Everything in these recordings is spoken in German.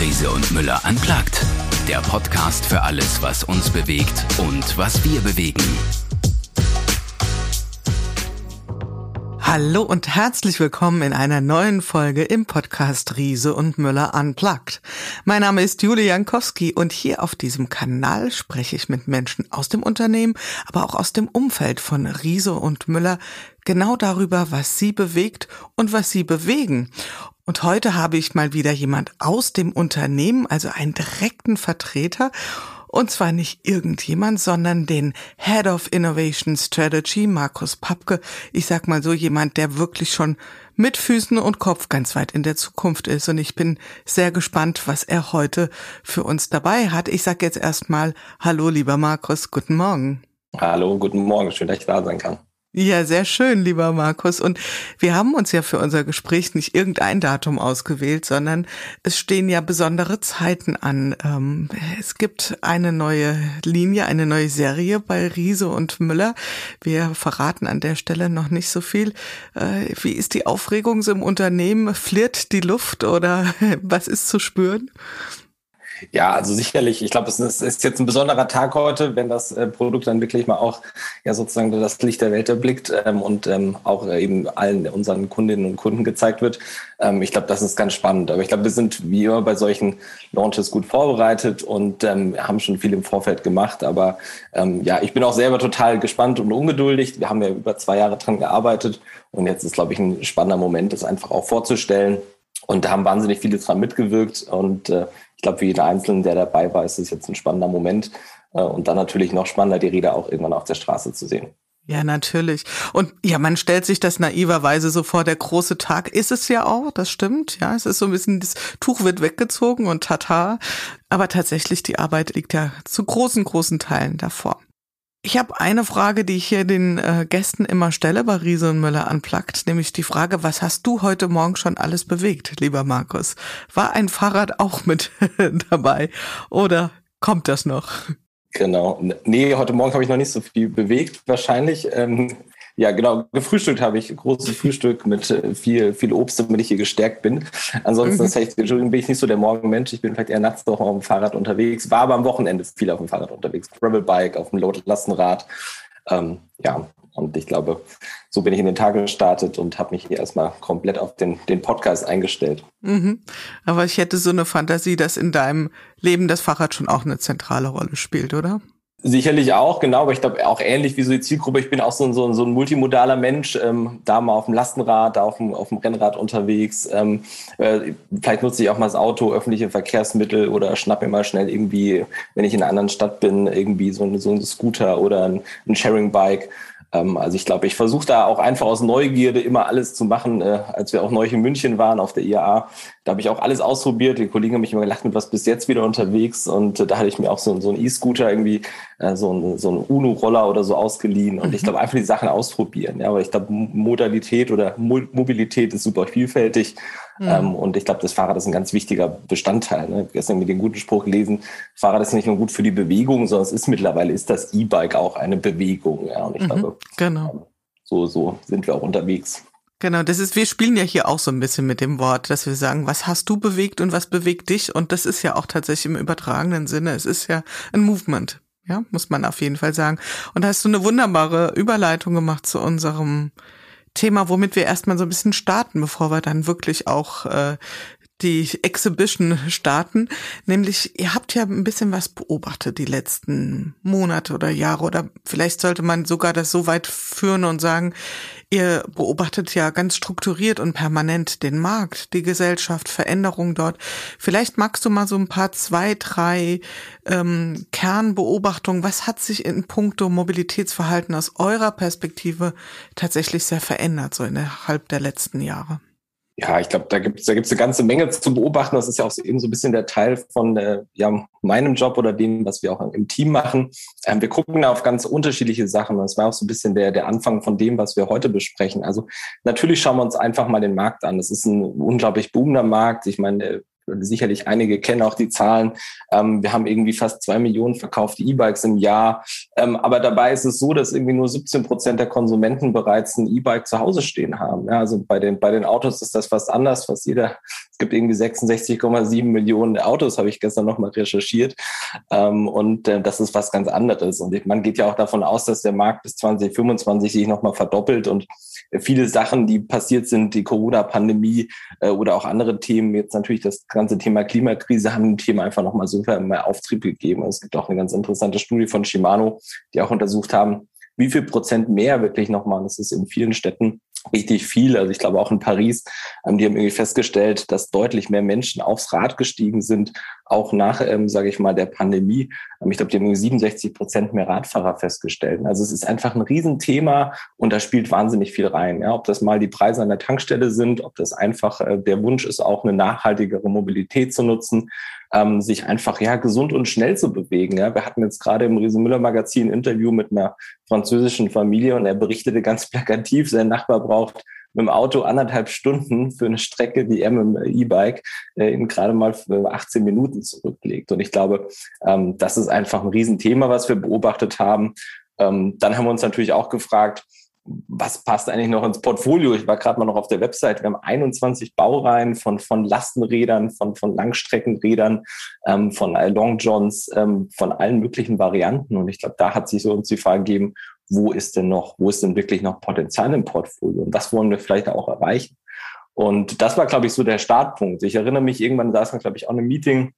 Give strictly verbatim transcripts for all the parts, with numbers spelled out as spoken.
Riese und Müller unplugged. Der Podcast für alles, was uns bewegt und was wir bewegen. Hallo und herzlich willkommen in einer neuen Folge im Podcast Riese und Müller unplugged. Mein Name ist Julia Jankowski und hier auf diesem Kanal spreche ich mit Menschen aus dem Unternehmen, aber auch aus dem Umfeld von Riese und Müller genau darüber, was sie bewegt und was sie bewegen. Und heute habe ich mal wieder jemand aus dem Unternehmen, also einen direkten Vertreter. Und zwar nicht irgendjemand, sondern den Head of Innovation Strategy, Markus Papke. Ich sag mal so, jemand, der wirklich schon mit Füßen und Kopf ganz weit in der Zukunft ist. Und ich bin sehr gespannt, was er heute für uns dabei hat. Ich sag jetzt erstmal Hallo, lieber Markus, guten Morgen. Hallo, guten Morgen, schön, dass ich da sein kann. Ja, sehr schön, lieber Markus. Und wir haben uns ja für unser Gespräch nicht irgendein Datum ausgewählt, sondern es stehen ja besondere Zeiten an. Ähm, es gibt eine neue Linie, eine neue Serie bei Riese und Müller. Wir verraten an der Stelle noch nicht so viel. Äh, wie ist die Aufregung so im Unternehmen? Flirrt die Luft oder was ist zu spüren? Ja, also sicherlich. Ich glaube, es ist jetzt ein besonderer Tag heute, wenn das äh, Produkt dann wirklich mal auch ja sozusagen das Licht der Welt erblickt ähm, und ähm, auch äh, eben allen unseren Kundinnen und Kunden gezeigt wird. Ähm, ich glaube, das ist ganz spannend. Aber ich glaube, wir sind wie immer bei solchen Launches gut vorbereitet und ähm, haben schon viel im Vorfeld gemacht. Aber ähm, ja, ich bin auch selber total gespannt und ungeduldig. Wir haben ja über zwei Jahre dran gearbeitet und jetzt ist, glaube ich, ein spannender Moment, das einfach auch vorzustellen. Und da haben wahnsinnig viele dran mitgewirkt und äh, ich glaube, für jeden Einzelnen, der dabei war, ist es jetzt ein spannender Moment. Äh, und dann natürlich noch spannender, die Räder auch irgendwann auf der Straße zu sehen. Ja, natürlich. Und ja, man stellt sich das naiverweise so vor, der große Tag ist es ja auch, das stimmt. Ja, es ist so ein bisschen, das Tuch wird weggezogen und tata. Aber tatsächlich, die Arbeit liegt ja zu großen, großen Teilen davor. Ich habe eine Frage, die ich hier den äh, Gästen immer stelle bei Riese und Müller unplugged, nämlich die Frage, was hast du heute Morgen schon alles bewegt, lieber Markus? War ein Fahrrad auch mit dabei oder kommt das noch? Genau. Nee, heute Morgen habe ich noch nicht so viel bewegt, wahrscheinlich. Ähm, ja, genau. Gefrühstückt habe ich. Großes Frühstück mit viel viel Obst, damit ich hier gestärkt bin. Ansonsten mhm. ich, Entschuldigung, bin ich nicht so der Morgenmensch. Ich bin vielleicht eher nachts doch auf dem Fahrrad unterwegs. War aber am Wochenende viel auf dem Fahrrad unterwegs. Gravelbike, auf dem Lastenrad. Ähm, ja, und ich glaube, so bin ich in den Tag gestartet und habe mich hier erstmal komplett auf den, den Podcast eingestellt. Mhm. Aber ich hätte so eine Fantasie, dass in deinem Leben das Fahrrad schon auch eine zentrale Rolle spielt, oder? Sicherlich auch, genau, aber ich glaube auch ähnlich wie so die Zielgruppe. Ich bin auch so ein, so ein, so ein multimodaler Mensch, ähm, da mal auf dem Lastenrad, da auf dem, auf dem Rennrad unterwegs. Ähm, äh, vielleicht nutze ich auch mal das Auto, öffentliche Verkehrsmittel oder schnapp mir mal schnell irgendwie, wenn ich in einer anderen Stadt bin, irgendwie so ein, so ein Scooter oder ein, ein Sharing-Bike. Ähm, also ich glaube, ich versuche da auch einfach aus Neugierde immer alles zu machen. Äh, als wir auch neu in München waren auf der I A A, da habe ich auch alles ausprobiert. Die Kollegen haben mich immer gelacht, mit was bis jetzt wieder unterwegs. Und äh, da hatte ich mir auch so, so einen E-Scooter irgendwie, äh, so einen so einen Uno-Roller oder so ausgeliehen. Und mhm. ich glaube, einfach die Sachen ausprobieren. Ja, aber ich glaube, Modalität oder Mo- Mobilität ist super vielfältig. Mhm. Ähm, und ich glaube, das Fahrrad ist ein ganz wichtiger Bestandteil. Ne? Gestern mit dem guten Spruch gelesen, Fahrrad ist nicht nur gut für die Bewegung, sondern es ist mittlerweile, ist das E-Bike auch eine Bewegung. Ja, und ich mhm. glaube, genau. so, so sind wir auch unterwegs. Genau, das ist, wir spielen ja hier auch so ein bisschen mit dem Wort, dass wir sagen, was hast du bewegt und was bewegt dich? Und das ist ja auch tatsächlich im übertragenen Sinne. Es ist ja ein Movement, ja, muss man auf jeden Fall sagen. Und da hast du eine wunderbare Überleitung gemacht zu unserem Thema, womit wir erstmal so ein bisschen starten, bevor wir dann wirklich auch äh, die Exhibition starten. Nämlich, ihr habt ja ein bisschen was beobachtet die letzten Monate oder Jahre, oder vielleicht sollte man sogar das so weit führen und sagen, ihr beobachtet ja ganz strukturiert und permanent den Markt, die Gesellschaft, Veränderungen dort. Vielleicht magst du mal so ein paar, zwei, drei ähm, Kernbeobachtungen. Was hat sich in puncto Mobilitätsverhalten aus eurer Perspektive tatsächlich sehr verändert, so innerhalb der letzten Jahre? Ja, ich glaube, da gibt es da gibt's eine ganze Menge zu beobachten. Das ist ja auch so, eben so ein bisschen der Teil von äh, ja, meinem Job oder dem, was wir auch im Team machen. Ähm, wir gucken da auf ganz unterschiedliche Sachen. Das war auch so ein bisschen der, der Anfang von dem, was wir heute besprechen. Also natürlich schauen wir uns einfach mal den Markt an. Das ist ein unglaublich boomender Markt. Ich meine, sicherlich einige kennen auch die Zahlen. Ähm, wir haben irgendwie fast zwei Millionen verkaufte E-Bikes im Jahr. Ähm, aber dabei ist es so, dass irgendwie nur siebzehn Prozent der Konsumenten bereits ein E-Bike zu Hause stehen haben. Ja, also bei den, bei den Autos ist das fast anders. Fast jeder, es gibt irgendwie sechsundsechzig Komma sieben Millionen Autos, habe ich gestern nochmal recherchiert. Ähm, und äh, das ist was ganz anderes. Und man geht ja auch davon aus, dass der Markt bis zwanzig fünfundzwanzig sich nochmal verdoppelt. Und viele Sachen, die passiert sind, die Corona-Pandemie äh, oder auch andere Themen, jetzt natürlich das ganze Thema Klimakrise, haben dem Thema einfach nochmal so viel mehr Auftrieb gegeben. Und es gibt auch eine ganz interessante Studie von Shimano, die auch untersucht haben, wie viel Prozent mehr wirklich nochmal, das ist in vielen Städten richtig viel. Also ich glaube auch in Paris, ähm, die haben irgendwie festgestellt, dass deutlich mehr Menschen aufs Rad gestiegen sind, auch nach, ähm, sage ich mal, der Pandemie. Ähm, ich glaube, die haben irgendwie siebenundsechzig Prozent mehr Radfahrer festgestellt. Also es ist einfach ein Riesenthema und da spielt wahnsinnig viel rein. Ja, ob das mal die Preise an der Tankstelle sind, ob das einfach äh, der Wunsch ist, auch eine nachhaltigere Mobilität zu nutzen, ähm, sich einfach ja gesund und schnell zu bewegen. Ja, wir hatten jetzt gerade im Riese Müller Magazin ein Interview mit einer französischen Familie und er berichtete ganz plakativ, sein Nachbar braucht mit dem Auto anderthalb Stunden für eine Strecke, die er mit dem E-Bike äh, in gerade mal achtzehn Minuten zurücklegt. Und ich glaube, ähm, das ist einfach ein Riesenthema, was wir beobachtet haben. Ähm, dann haben wir uns natürlich auch gefragt, was passt eigentlich noch ins Portfolio? Ich war gerade mal noch auf der Website. Wir haben einundzwanzig Baureihen von, von Lastenrädern, von, von Langstreckenrädern, ähm, von Long Johns, ähm, von allen möglichen Varianten. Und ich glaube, da hat sich so uns die Frage gegeben, wo ist denn noch, wo ist denn wirklich noch Potenzial im Portfolio? Und was wollen wir vielleicht auch erreichen? Und das war, glaube ich, so der Startpunkt. Ich erinnere mich, irgendwann saß man, glaube ich, auch in einem Meeting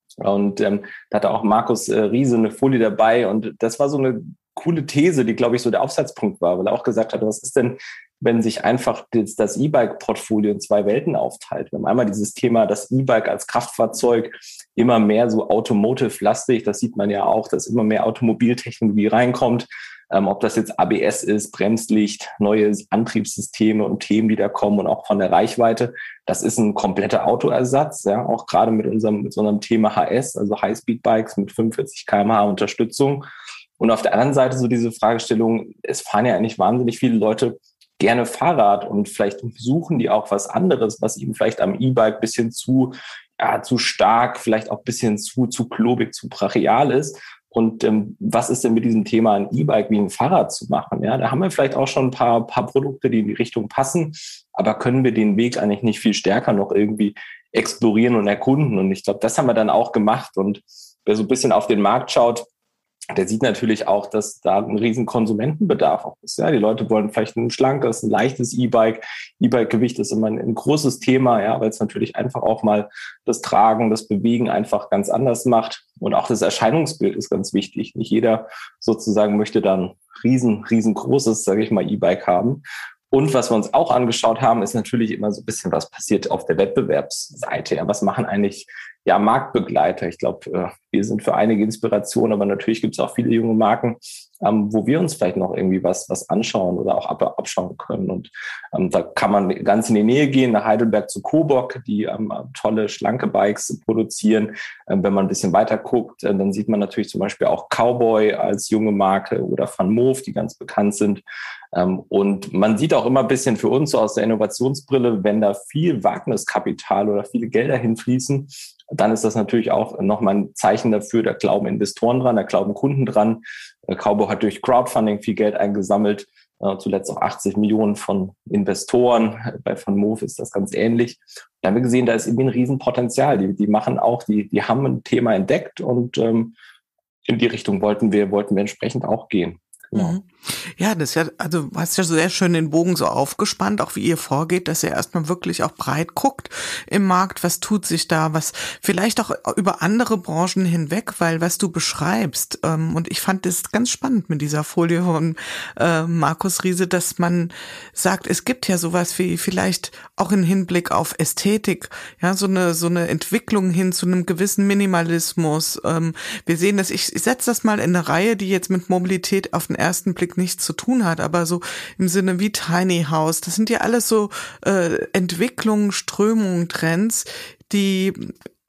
und ähm, da hatte auch Markus äh, Riese eine Folie dabei. Und das war so eine coole These, die, glaube ich, so der Aufsatzpunkt war, weil er auch gesagt hat, was ist denn, wenn sich einfach das, das E-Bike-Portfolio in zwei Welten aufteilt? Wir haben einmal dieses Thema, das E-Bike als Kraftfahrzeug immer mehr so automotive-lastig. Das sieht man ja auch, dass immer mehr Automobiltechnologie reinkommt. Ähm, ob das jetzt A B S ist, Bremslicht, neue Antriebssysteme und Themen, die da kommen und auch von der Reichweite. Das ist ein kompletter Autoersatz, ja, auch gerade mit unserem, mit so einem Thema H S, also High-Speed-Bikes mit fünfundvierzig Kilometer pro Stunde Unterstützung. Und auf der anderen Seite so diese Fragestellung, es fahren ja eigentlich wahnsinnig viele Leute gerne Fahrrad und vielleicht suchen die auch was anderes, was ihnen vielleicht am E-Bike bisschen zu, ja, zu stark, vielleicht auch bisschen zu, zu klobig, zu brachial ist. Und ähm, was ist denn mit diesem Thema ein E-Bike wie ein Fahrrad zu machen? Ja, da haben wir vielleicht auch schon ein paar, paar Produkte, die in die Richtung passen, aber können wir den Weg eigentlich nicht viel stärker noch irgendwie explorieren und erkunden? Und ich glaube, das haben wir dann auch gemacht. Und wer so ein bisschen auf den Markt schaut, der sieht natürlich auch, dass da ein riesen Konsumentenbedarf auch ist. Ja, die Leute wollen vielleicht ein schlankes, ein leichtes E-Bike. E-Bike-Gewicht ist immer ein, ein großes Thema, ja, weil es natürlich einfach auch mal das Tragen, das Bewegen einfach ganz anders macht. Und auch das Erscheinungsbild ist ganz wichtig. Nicht jeder sozusagen möchte dann riesen, riesengroßes, sage ich mal, E-Bike haben. Und was wir uns auch angeschaut haben, ist natürlich immer so ein bisschen, was passiert auf der Wettbewerbsseite. Ja, was machen eigentlich ja Marktbegleiter? Ich glaube, wir sind für einige Inspiration, aber natürlich gibt es auch viele junge Marken, ähm, wo wir uns vielleicht noch irgendwie was was anschauen oder auch ab, abschauen können. Und ähm, da kann man ganz in die Nähe gehen, nach Heidelberg zu Kobok, die ähm, tolle, schlanke Bikes produzieren. Ähm, wenn man ein bisschen weiter guckt, äh, dann sieht man natürlich zum Beispiel auch Cowboy als junge Marke oder Van Moof, die ganz bekannt sind. Ähm, und man sieht auch immer ein bisschen für uns so aus der Innovationsbrille, wenn da viel Wagniskapital oder viele Gelder hinfließen, dann ist das natürlich auch nochmal ein Zeichen dafür, da glauben Investoren dran, da glauben Kunden dran. Cowboy hat durch Crowdfunding viel Geld eingesammelt, äh, zuletzt auch achtzig Millionen von Investoren. Bei Van Moof ist das ganz ähnlich. Da haben wir gesehen, da ist irgendwie ein Riesenpotenzial. Die, die machen auch, die, die haben ein Thema entdeckt und ähm, in die Richtung wollten wir, wollten wir entsprechend auch gehen. Genau. Ja, das ist ja, also du hast ja sehr schön den Bogen so aufgespannt, auch wie ihr vorgeht, dass ihr erstmal wirklich auch breit guckt im Markt, was tut sich da, was vielleicht auch über andere Branchen hinweg, weil was du beschreibst, ähm, und ich fand das ganz spannend mit dieser Folie von äh, Markus Riese, dass man sagt, es gibt ja sowas wie vielleicht auch im Hinblick auf Ästhetik, ja, so eine so eine Entwicklung hin zu einem gewissen Minimalismus. Ähm, wir sehen das, ich, ich setze das mal in eine Reihe, die jetzt mit Mobilität auf den ersten Blick nichts zu tun hat, aber so im Sinne wie Tiny House, das sind ja alles so äh, Entwicklungen, Strömungen, Trends, die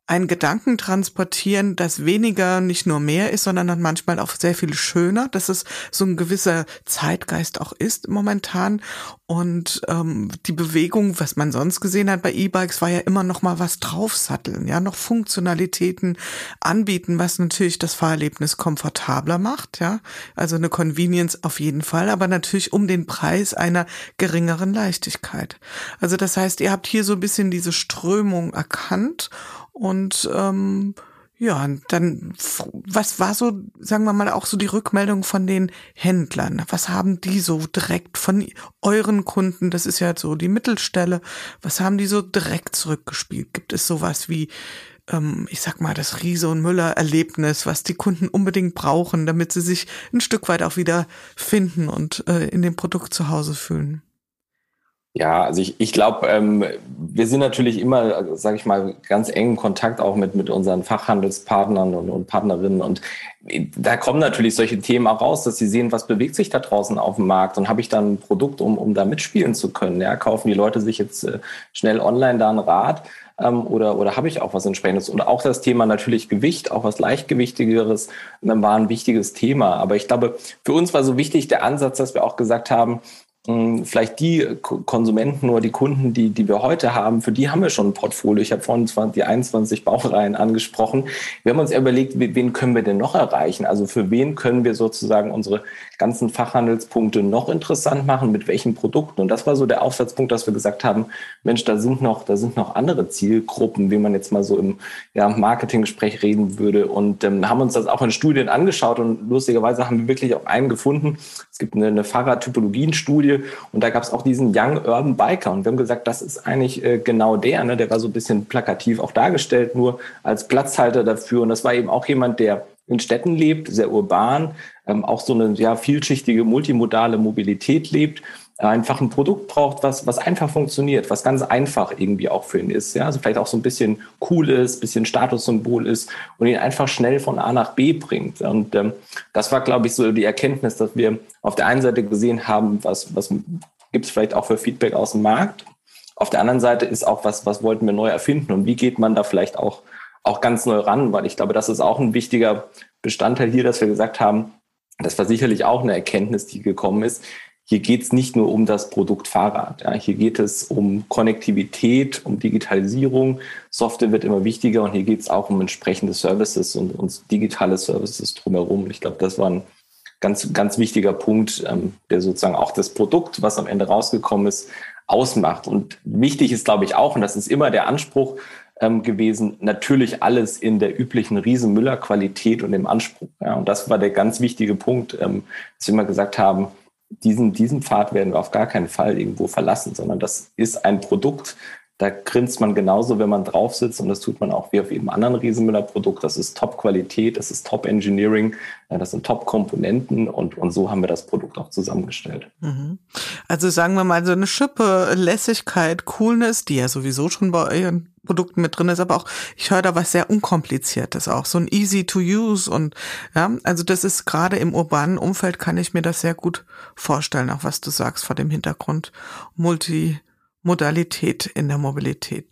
einen Gedanken transportieren, dass weniger nicht nur mehr ist, sondern dann manchmal auch sehr viel schöner, dass es so ein gewisser Zeitgeist auch ist momentan. Und ähm, die Bewegung, was man sonst gesehen hat bei E-Bikes, war ja immer noch mal was draufsatteln, ja, noch Funktionalitäten anbieten, was natürlich das Fahrerlebnis komfortabler macht, ja, also eine Convenience auf jeden Fall, aber natürlich um den Preis einer geringeren Leichtigkeit. Also das heißt, ihr habt hier so ein bisschen diese Strömung erkannt. Und ähm, ja, dann, was war so, sagen wir mal, auch so die Rückmeldung von den Händlern? Was haben die so direkt von euren Kunden, das ist ja so die Mittelstelle, was haben die so direkt zurückgespielt? Gibt es sowas wie, ähm, ich sag mal, das Riese und Müller-Erlebnis, was die Kunden unbedingt brauchen, damit sie sich ein Stück weit auch wieder finden und äh, in dem Produkt zu Hause fühlen? Ja, also ich, ich glaube, ähm, wir sind natürlich immer, sage ich mal, ganz engen Kontakt auch mit mit unseren Fachhandelspartnern und, und Partnerinnen. Und da kommen natürlich solche Themen auch raus, dass sie sehen, was bewegt sich da draußen auf dem Markt und habe ich dann ein Produkt, um um da mitspielen zu können. Ja, kaufen die Leute sich jetzt äh, schnell online da ein Rad ähm, oder oder habe ich auch was Entsprechendes? Und auch das Thema natürlich Gewicht, auch was Leichtgewichtigeres, ähm, war ein wichtiges Thema. Aber ich glaube, für uns war so wichtig der Ansatz, dass wir auch gesagt haben, vielleicht die Konsumenten oder die Kunden, die die wir heute haben, für die haben wir schon ein Portfolio. Ich habe vorhin zwar die einundzwanzig Baureihen angesprochen. Wir haben uns überlegt, wen können wir denn noch erreichen? Also für wen können wir sozusagen unsere ganzen Fachhandelspunkte noch interessant machen, mit welchen Produkten? Und das war so der Aufsatzpunkt, dass wir gesagt haben, Mensch, da sind noch, da sind noch andere Zielgruppen, wie man jetzt mal so im ja, Marketinggespräch reden würde. Und ähm, haben uns das auch in Studien angeschaut und lustigerweise haben wir wirklich auch einen gefunden. Es gibt eine, eine Fahrradtypologienstudie, und da gab es auch diesen Young Urban Biker. Und wir haben gesagt, das ist eigentlich äh, genau der, ne? Der war so ein bisschen plakativ auch dargestellt, nur als Platzhalter dafür. Und das war eben auch jemand, der in Städten lebt, sehr urban, ähm, auch so eine ja, vielschichtige, multimodale Mobilität lebt, einfach ein Produkt braucht, was was einfach funktioniert, was ganz einfach irgendwie auch für ihn ist. Ja? Also vielleicht auch so ein bisschen cool ist, bisschen Statussymbol ist und ihn einfach schnell von A nach B bringt. Und ähm, das war, glaube ich, so die Erkenntnis, dass wir auf der einen Seite gesehen haben, was was gibt es vielleicht auch für Feedback aus dem Markt. Auf der anderen Seite ist auch, was was wollten wir neu erfinden und wie geht man da vielleicht auch auch ganz neu ran, weil ich glaube, das ist auch ein wichtiger Bestandteil hier, dass wir gesagt haben, das war sicherlich auch eine Erkenntnis, die gekommen ist. Hier geht es nicht nur um das Produkt Fahrrad. Ja. Hier geht es um Konnektivität, um Digitalisierung. Software wird immer wichtiger und hier geht es auch um entsprechende Services und, und digitale Services drumherum. Ich glaube, das war ein ganz, ganz wichtiger Punkt, ähm, der sozusagen auch das Produkt, was am Ende rausgekommen ist, ausmacht. Und wichtig ist, glaube ich, auch, und das ist immer der Anspruch ähm, gewesen, natürlich alles in der üblichen Riese-Müller-Qualität und im Anspruch. Ja. Und das war der ganz wichtige Punkt, ähm, dass wir immer gesagt haben, Diesen, diesen Pfad werden wir auf gar keinen Fall irgendwo verlassen, sondern das ist ein Produkt, da grinst man genauso, wenn man drauf sitzt und das tut man auch wie auf jedem anderen Riesenmüller-Produkt. Das ist Top-Qualität, das ist Top-Engineering, das sind Top-Komponenten und, und so haben wir das Produkt auch zusammengestellt. Also sagen wir mal so eine Schippe Lässigkeit, Coolness, die ja sowieso schon bei euren Produkten mit drin ist, aber auch, ich höre da was sehr Unkompliziertes auch, so ein easy to use und ja, also das ist gerade im urbanen Umfeld, kann ich mir das sehr gut vorstellen, auch was du sagst vor dem Hintergrund Multimodalität in der Mobilität.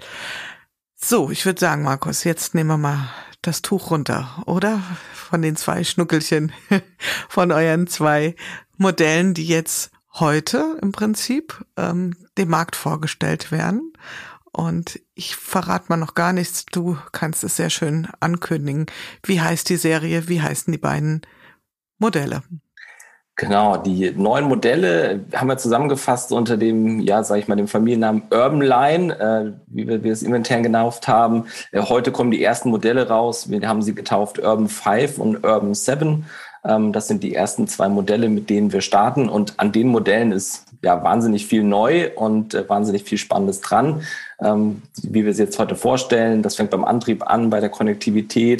So, ich würde sagen, Markus, jetzt nehmen wir mal das Tuch runter, oder? Von den zwei Schnuckelchen, von euren zwei Modellen, die jetzt heute im Prinzip ähm, dem Markt vorgestellt werden. Und ich verrate mal noch gar nichts, du kannst es sehr schön ankündigen. Wie heißt die Serie, wie heißen die beiden Modelle? Genau, die neuen Modelle haben wir zusammengefasst unter dem, ja, sage ich mal, dem Familiennamen Urban Line, äh, wie wir, wir es intern getauft haben. Äh, heute kommen die ersten Modelle raus. Wir haben sie getauft Urban fünf und Urban sieben. Ähm, das sind die ersten zwei Modelle, mit denen wir starten. Und an den Modellen ist ja wahnsinnig viel neu und äh, wahnsinnig viel Spannendes dran. Ähm, wie wir es jetzt heute vorstellen, das fängt beim Antrieb an, bei der Konnektivität,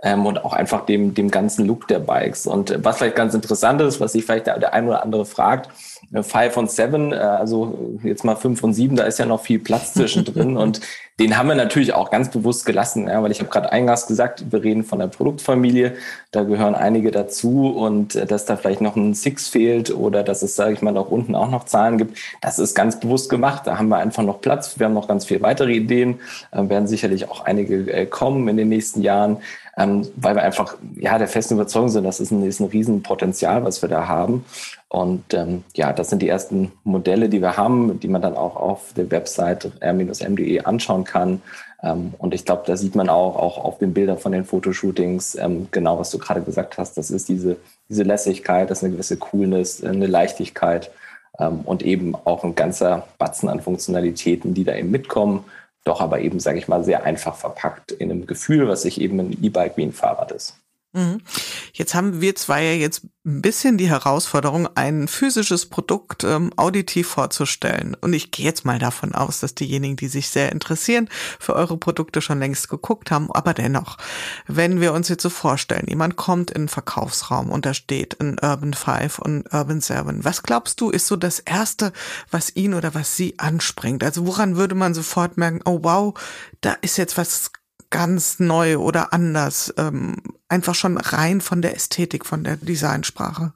ähm, und auch einfach dem, dem ganzen Look der Bikes. Und was vielleicht ganz interessant ist, was sich vielleicht der, der ein oder andere fragt, Five und Seven, also jetzt mal fünf und sieben, da ist ja noch viel Platz zwischendrin und den haben wir natürlich auch ganz bewusst gelassen, ja, weil ich habe gerade eingangs gesagt, wir reden von der Produktfamilie, da gehören einige dazu und dass da vielleicht noch ein Six fehlt oder dass es, sage ich mal, auch unten auch noch Zahlen gibt, das ist ganz bewusst gemacht, da haben wir einfach noch Platz, wir haben noch ganz viele weitere Ideen, äh, werden sicherlich auch einige äh, kommen in den nächsten Jahren, ähm, weil wir einfach ja der festen Überzeugung sind, das ist ein, ist ein Riesenpotenzial, was wir da haben. Und ähm, ja, das sind die ersten Modelle, die wir haben, die man dann auch auf der Website r Bindestrich m punkt de anschauen kann. Ähm, und ich glaube, da sieht man auch, auch auf den Bildern von den Fotoshootings, ähm, genau was du gerade gesagt hast, das ist diese, diese Lässigkeit, das ist eine gewisse Coolness, eine Leichtigkeit ähm, und eben auch ein ganzer Batzen an Funktionalitäten, die da eben mitkommen, doch aber eben, sage ich mal, sehr einfach verpackt in einem Gefühl, was sich eben ein E-Bike wie ein Fahrrad ist. Jetzt haben wir zwei ja jetzt ein bisschen die Herausforderung, ein physisches Produkt ähm, auditiv vorzustellen. Und ich gehe jetzt mal davon aus, dass diejenigen, die sich sehr interessieren, für eure Produkte schon längst geguckt haben. Aber dennoch, wenn wir uns jetzt so vorstellen, jemand kommt in einen Verkaufsraum und da steht ein Urban Five und Urban Seven. Was glaubst du, ist so das Erste, was ihn oder was sie anspringt? Also woran würde man sofort merken, oh wow, da ist jetzt was ganz neu oder anders, ähm, einfach schon rein von der Ästhetik, von der Designsprache?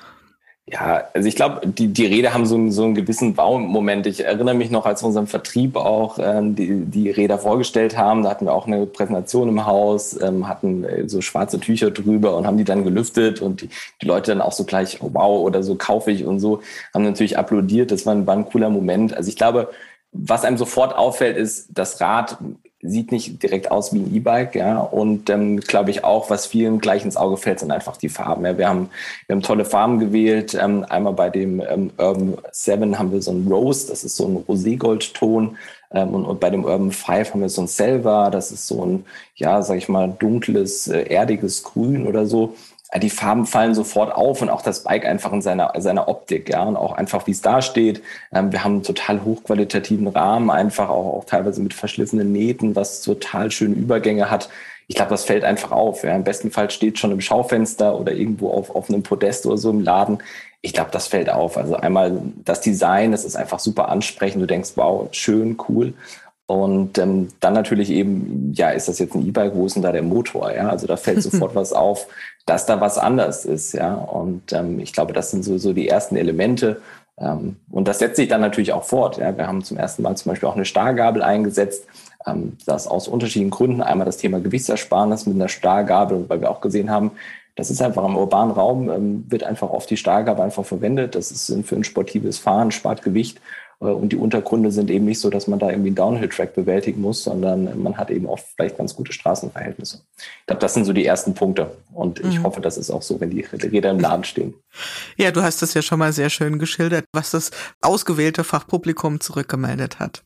Ja, also ich glaube, die, die Räder haben so einen, so einen gewissen Baumoment. Ich erinnere mich noch, als wir unseren Vertrieb auch ähm, die, die Räder vorgestellt haben, da hatten wir auch eine Präsentation im Haus, ähm, hatten so schwarze Tücher drüber und haben die dann gelüftet und die, die Leute dann auch so gleich, oh, wow, oder so kaufe ich und so, haben natürlich applaudiert. Das war ein, war ein cooler Moment. Also ich glaube, was einem sofort auffällt, ist, das Rad sieht nicht direkt aus wie ein E-Bike, ja, und ähm, glaube ich auch, was vielen gleich ins Auge fällt, sind einfach die Farben. Ja. Wir haben, wir haben tolle Farben gewählt. Ähm, einmal bei dem ähm, Urban Seven haben wir so ein Rose, das ist so ein Roségoldton, ähm, und, und bei dem Urban Five haben wir so ein Silver, das ist so ein, ja, sag ich mal, dunkles, äh, erdiges Grün oder so. Die Farben fallen sofort auf und auch das Bike einfach in seiner, seiner Optik, ja, und auch einfach, wie es da steht. Ähm, wir haben einen total hochqualitativen Rahmen, einfach auch, auch teilweise mit verschlissenen Nähten, was total schöne Übergänge hat. Ich glaube, das fällt einfach auf. Ja. Im besten Fall steht schon im Schaufenster oder irgendwo auf, auf einem Podest oder so im Laden. Ich glaube, das fällt auf. Also einmal das Design, das ist einfach super ansprechend. Du denkst, wow, schön, cool. Und ähm, dann natürlich eben, ja, ist das jetzt ein E-Bike, wo ist denn da der Motor? Ja, also da fällt sofort was auf, dass da was anders ist. Ja, und ähm, ich glaube, das sind so, so die ersten Elemente. Ähm, und das setzt sich dann natürlich auch fort. Ja, wir haben zum ersten Mal zum Beispiel auch eine Starrgabel eingesetzt. Ähm, das aus unterschiedlichen Gründen. Einmal das Thema Gewichtsersparnis mit einer Starrgabel, weil wir auch gesehen haben, das ist einfach im urbanen Raum, ähm, wird einfach oft die Starrgabel einfach verwendet. Das ist für ein sportives Fahren, spart Gewicht. Und die Untergründe sind eben nicht so, dass man da irgendwie einen Downhill-Track bewältigen muss, sondern man hat eben oft vielleicht ganz gute Straßenverhältnisse. Ich glaube, das sind so die ersten Punkte. Und ich mhm. hoffe, das ist auch so, wenn die Räder im Laden stehen. Ja, du hast das ja schon mal sehr schön geschildert, was das ausgewählte Fachpublikum zurückgemeldet hat.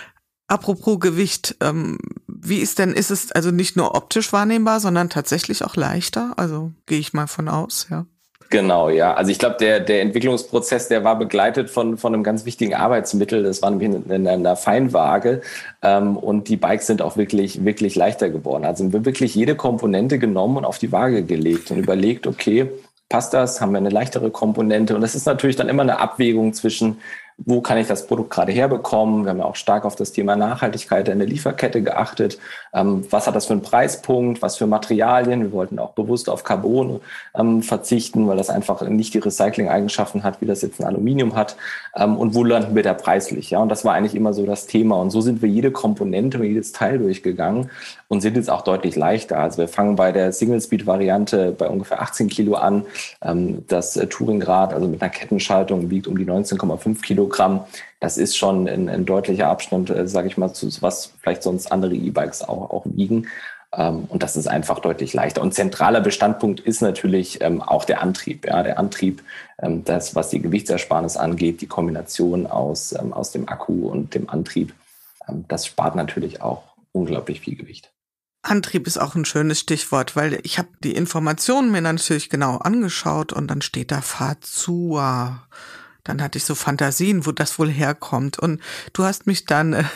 Apropos Gewicht, ähm, wie ist denn, ist es also nicht nur optisch wahrnehmbar, sondern tatsächlich auch leichter? Also gehe ich mal von aus, ja. Genau, ja. Also ich glaube, der, der Entwicklungsprozess, der war begleitet von, von einem ganz wichtigen Arbeitsmittel. Das war nämlich in, in einer Feinwaage. Ähm, und die Bikes sind auch wirklich, wirklich leichter geworden. Also haben wir wirklich jede Komponente genommen und auf die Waage gelegt und überlegt, okay, passt das? Haben wir eine leichtere Komponente? Und das ist natürlich dann immer eine Abwägung zwischen, wo kann ich das Produkt gerade herbekommen? Wir haben ja auch stark auf das Thema Nachhaltigkeit in der Lieferkette geachtet. Ähm, was hat das für einen Preispunkt? Was für Materialien? Wir wollten auch bewusst auf Carbon ähm, verzichten, weil das einfach nicht die Recycling-Eigenschaften hat, wie das jetzt ein Aluminium hat. Ähm, und wo landen wir da preislich? Ja, und das war eigentlich immer so das Thema. Und so sind wir jede Komponente und jedes Teil durchgegangen und sind jetzt auch deutlich leichter. Also wir fangen bei der Single-Speed-Variante bei ungefähr achtzehn Kilo an. Ähm, das äh, Touringrad, also mit einer Kettenschaltung, wiegt um die neunzehn Komma fünf Kilogramm. Das ist schon ein, ein deutlicher Abstand, äh, sage ich mal, zu was vielleicht sonst andere E-Bikes auch, auch wiegen. Ähm, und das ist einfach deutlich leichter. Und zentraler Bestandpunkt ist natürlich ähm, auch der Antrieb. Ja, der Antrieb, ähm, das, was die Gewichtsersparnis angeht, die Kombination aus, ähm, aus dem Akku und dem Antrieb, ähm, das spart natürlich auch unglaublich viel Gewicht. Antrieb ist auch ein schönes Stichwort, weil ich habe die Informationen mir natürlich genau angeschaut und dann steht da Fazua. Dann hatte ich so Fantasien, wo das wohl herkommt. Und du hast mich dann äh,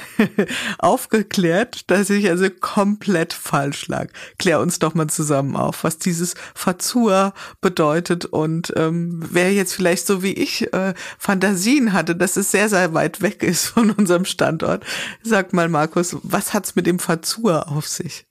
aufgeklärt, dass ich also komplett falsch lag. Klär uns doch mal zusammen auf, was dieses Fazua bedeutet. Und ähm, wer jetzt vielleicht so wie ich äh, Fantasien hatte, dass es sehr, sehr weit weg ist von unserem Standort. Sag mal, Markus, was hat's mit dem Fazua auf sich?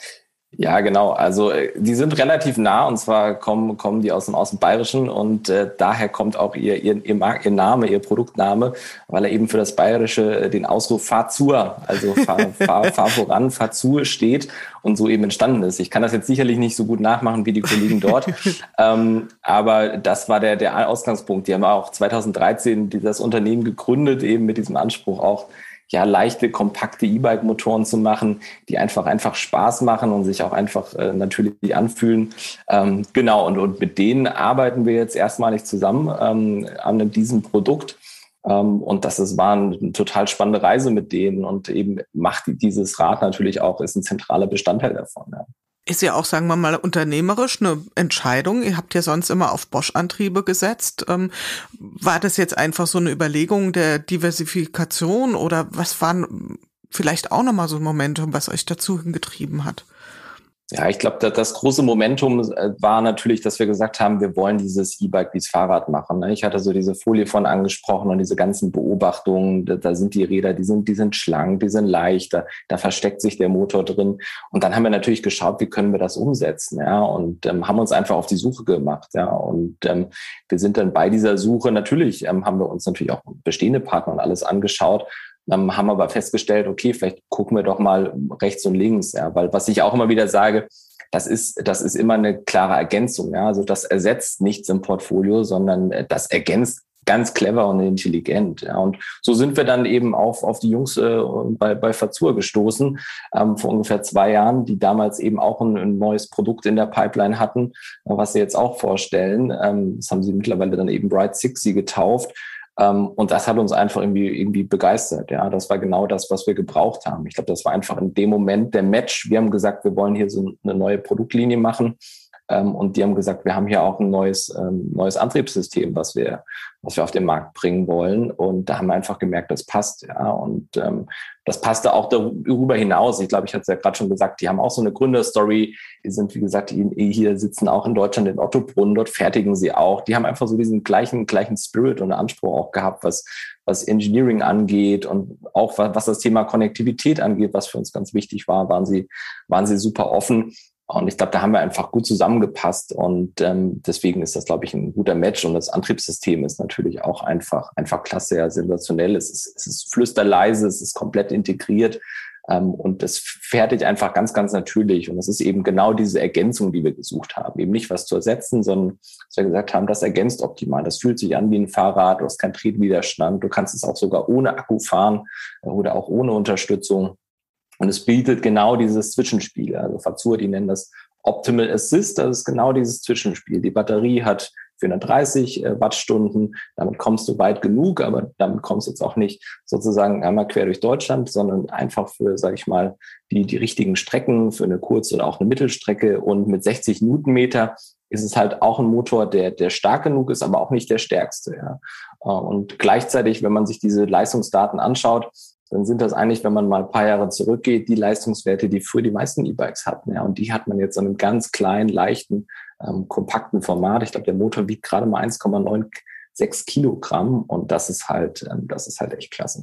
Ja, genau. Also die sind relativ nah, und zwar kommen kommen die aus dem aus dem Bayerischen, und äh, daher kommt auch ihr ihr ihr, Mark, ihr Name, ihr Produktname, weil er eben für das Bayerische äh, den Ausruf Fazua, also fahr, fahr, fahr voran, fahr zu steht und so eben entstanden ist. Ich kann das jetzt sicherlich nicht so gut nachmachen wie die Kollegen dort, ähm, aber das war der der Ausgangspunkt. Die haben auch zweitausenddreizehn das Unternehmen gegründet, eben mit diesem Anspruch auch, ja, leichte, kompakte E-Bike-Motoren zu machen, die einfach einfach Spaß machen und sich auch einfach äh, natürlich anfühlen. Ähm, genau, und, und mit denen arbeiten wir jetzt erstmalig zusammen ähm, an diesem Produkt. Ähm, und das ist, war eine total spannende Reise mit denen, und eben macht dieses Rad natürlich auch, ist ein zentraler Bestandteil davon. Ja. Ist ja auch, sagen wir mal, unternehmerisch eine Entscheidung. Ihr habt ja sonst immer auf Bosch-Antriebe gesetzt. Ähm, war das jetzt einfach so eine Überlegung der Diversifikation, oder was waren vielleicht auch nochmal so ein Momentum, was euch dazu hingetrieben hat? Ja, ich glaube, das große Momentum war natürlich, dass wir gesagt haben, wir wollen dieses E-Bike wie das Fahrrad machen. Ich hatte so diese Folie von angesprochen und diese ganzen Beobachtungen. Da sind die Räder, die sind, die sind schlank, die sind leicht, da, da versteckt sich der Motor drin. Und dann haben wir natürlich geschaut, wie können wir das umsetzen, ja, und ähm, haben uns einfach auf die Suche gemacht, ja. Und ähm, wir sind dann bei dieser Suche, natürlich ähm, haben wir uns natürlich auch bestehende Partner und alles angeschaut. Ähm, haben aber festgestellt, okay, vielleicht gucken wir doch mal rechts und links, ja, weil was ich auch immer wieder sage, das ist, das ist immer eine klare Ergänzung, ja, also das ersetzt nichts im Portfolio, sondern das ergänzt ganz clever und intelligent, ja, und so sind wir dann eben auf, auf die Jungs äh, bei, bei Fazua gestoßen, ähm, vor ungefähr zwei Jahren, die damals eben auch ein, ein neues Produkt in der Pipeline hatten, was sie jetzt auch vorstellen, ähm, das haben sie mittlerweile dann eben Bright Sixty getauft. Um, und das hat uns einfach irgendwie irgendwie begeistert. Ja, das war genau das, was wir gebraucht haben. Ich glaube, das war einfach in dem Moment der Match. Wir haben gesagt, wir wollen hier so eine neue Produktlinie machen. Um, und die haben gesagt, wir haben hier auch ein neues um, neues Antriebssystem, was wir was wir auf den Markt bringen wollen. Und da haben wir einfach gemerkt, das passt. Ja, und um, das passte auch darüber hinaus. Ich glaube, ich hatte es ja gerade schon gesagt, die haben auch so eine Gründerstory. Die sind, wie gesagt, die hier sitzen auch in Deutschland in Ottobrunn. Dort fertigen sie auch. Die haben einfach so diesen gleichen gleichen Spirit und Anspruch auch gehabt, was was Engineering angeht und auch was das Thema Konnektivität angeht, was für uns ganz wichtig war, waren sie waren sie super offen. Und ich glaube, da haben wir einfach gut zusammengepasst, und ähm, deswegen ist das, glaube ich, ein guter Match. Und das Antriebssystem ist natürlich auch einfach einfach klasse, ja, sensationell. Es ist, es ist flüsterleise, es ist komplett integriert, ähm, und es fertigt einfach ganz, ganz natürlich. Und es ist eben genau diese Ergänzung, die wir gesucht haben. Eben nicht was zu ersetzen, sondern, dass wir gesagt haben, das ergänzt optimal. Das fühlt sich an wie ein Fahrrad, du hast keinen Tretwiderstand, du kannst es auch sogar ohne Akku fahren oder auch ohne Unterstützung. Und es bietet genau dieses Zwischenspiel. Also Fazua, die nennen das Optimal Assist. Das ist genau dieses Zwischenspiel. Die Batterie hat vierhundertdreißig Wattstunden. Damit kommst du weit genug, aber damit kommst du jetzt auch nicht sozusagen einmal quer durch Deutschland, sondern einfach für, sage ich mal, die, die richtigen Strecken, für eine Kurz- oder auch eine Mittelstrecke. Und mit sechzig Newtonmeter ist es halt auch ein Motor, der, der stark genug ist, aber auch nicht der stärkste. Ja. Und gleichzeitig, wenn man sich diese Leistungsdaten anschaut, dann sind das eigentlich, wenn man mal ein paar Jahre zurückgeht, die Leistungswerte, die früher die meisten E-Bikes hatten. Ja, und die hat man jetzt in einem ganz kleinen, leichten, ähm, kompakten Format. Ich glaube, der Motor wiegt gerade mal eins Komma sechsundneunzig Kilogramm, und das ist halt, ähm, das ist halt echt klasse.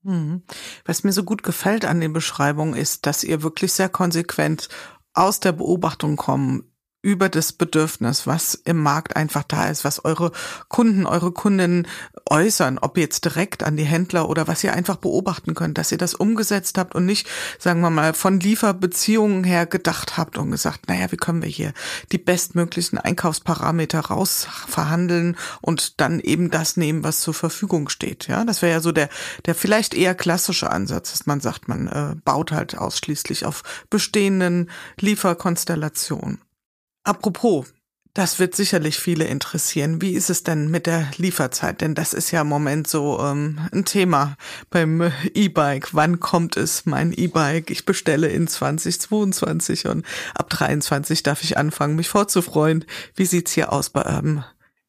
Was mir so gut gefällt an den Beschreibungen ist, dass ihr wirklich sehr konsequent aus der Beobachtung kommt, über das Bedürfnis, was im Markt einfach da ist, was eure Kunden, eure Kundinnen äußern, ob jetzt direkt an die Händler oder was ihr einfach beobachten könnt, dass ihr das umgesetzt habt und nicht, sagen wir mal, von Lieferbeziehungen her gedacht habt und gesagt, naja, wie können wir hier die bestmöglichen Einkaufsparameter rausverhandeln und dann eben das nehmen, was zur Verfügung steht. Ja, das wäre ja so der, der vielleicht eher klassische Ansatz, dass man sagt, man äh, baut halt ausschließlich auf bestehenden Lieferkonstellationen. Apropos, das wird sicherlich viele interessieren. Wie ist es denn mit der Lieferzeit? Denn das ist ja im Moment so ähm, ein Thema beim E-Bike. Wann kommt es, mein E-Bike? Ich bestelle in zwanzig zweiundzwanzig und ab dreiundzwanzig darf ich anfangen, mich vorzufreuen. Wie sieht's hier aus bei eurem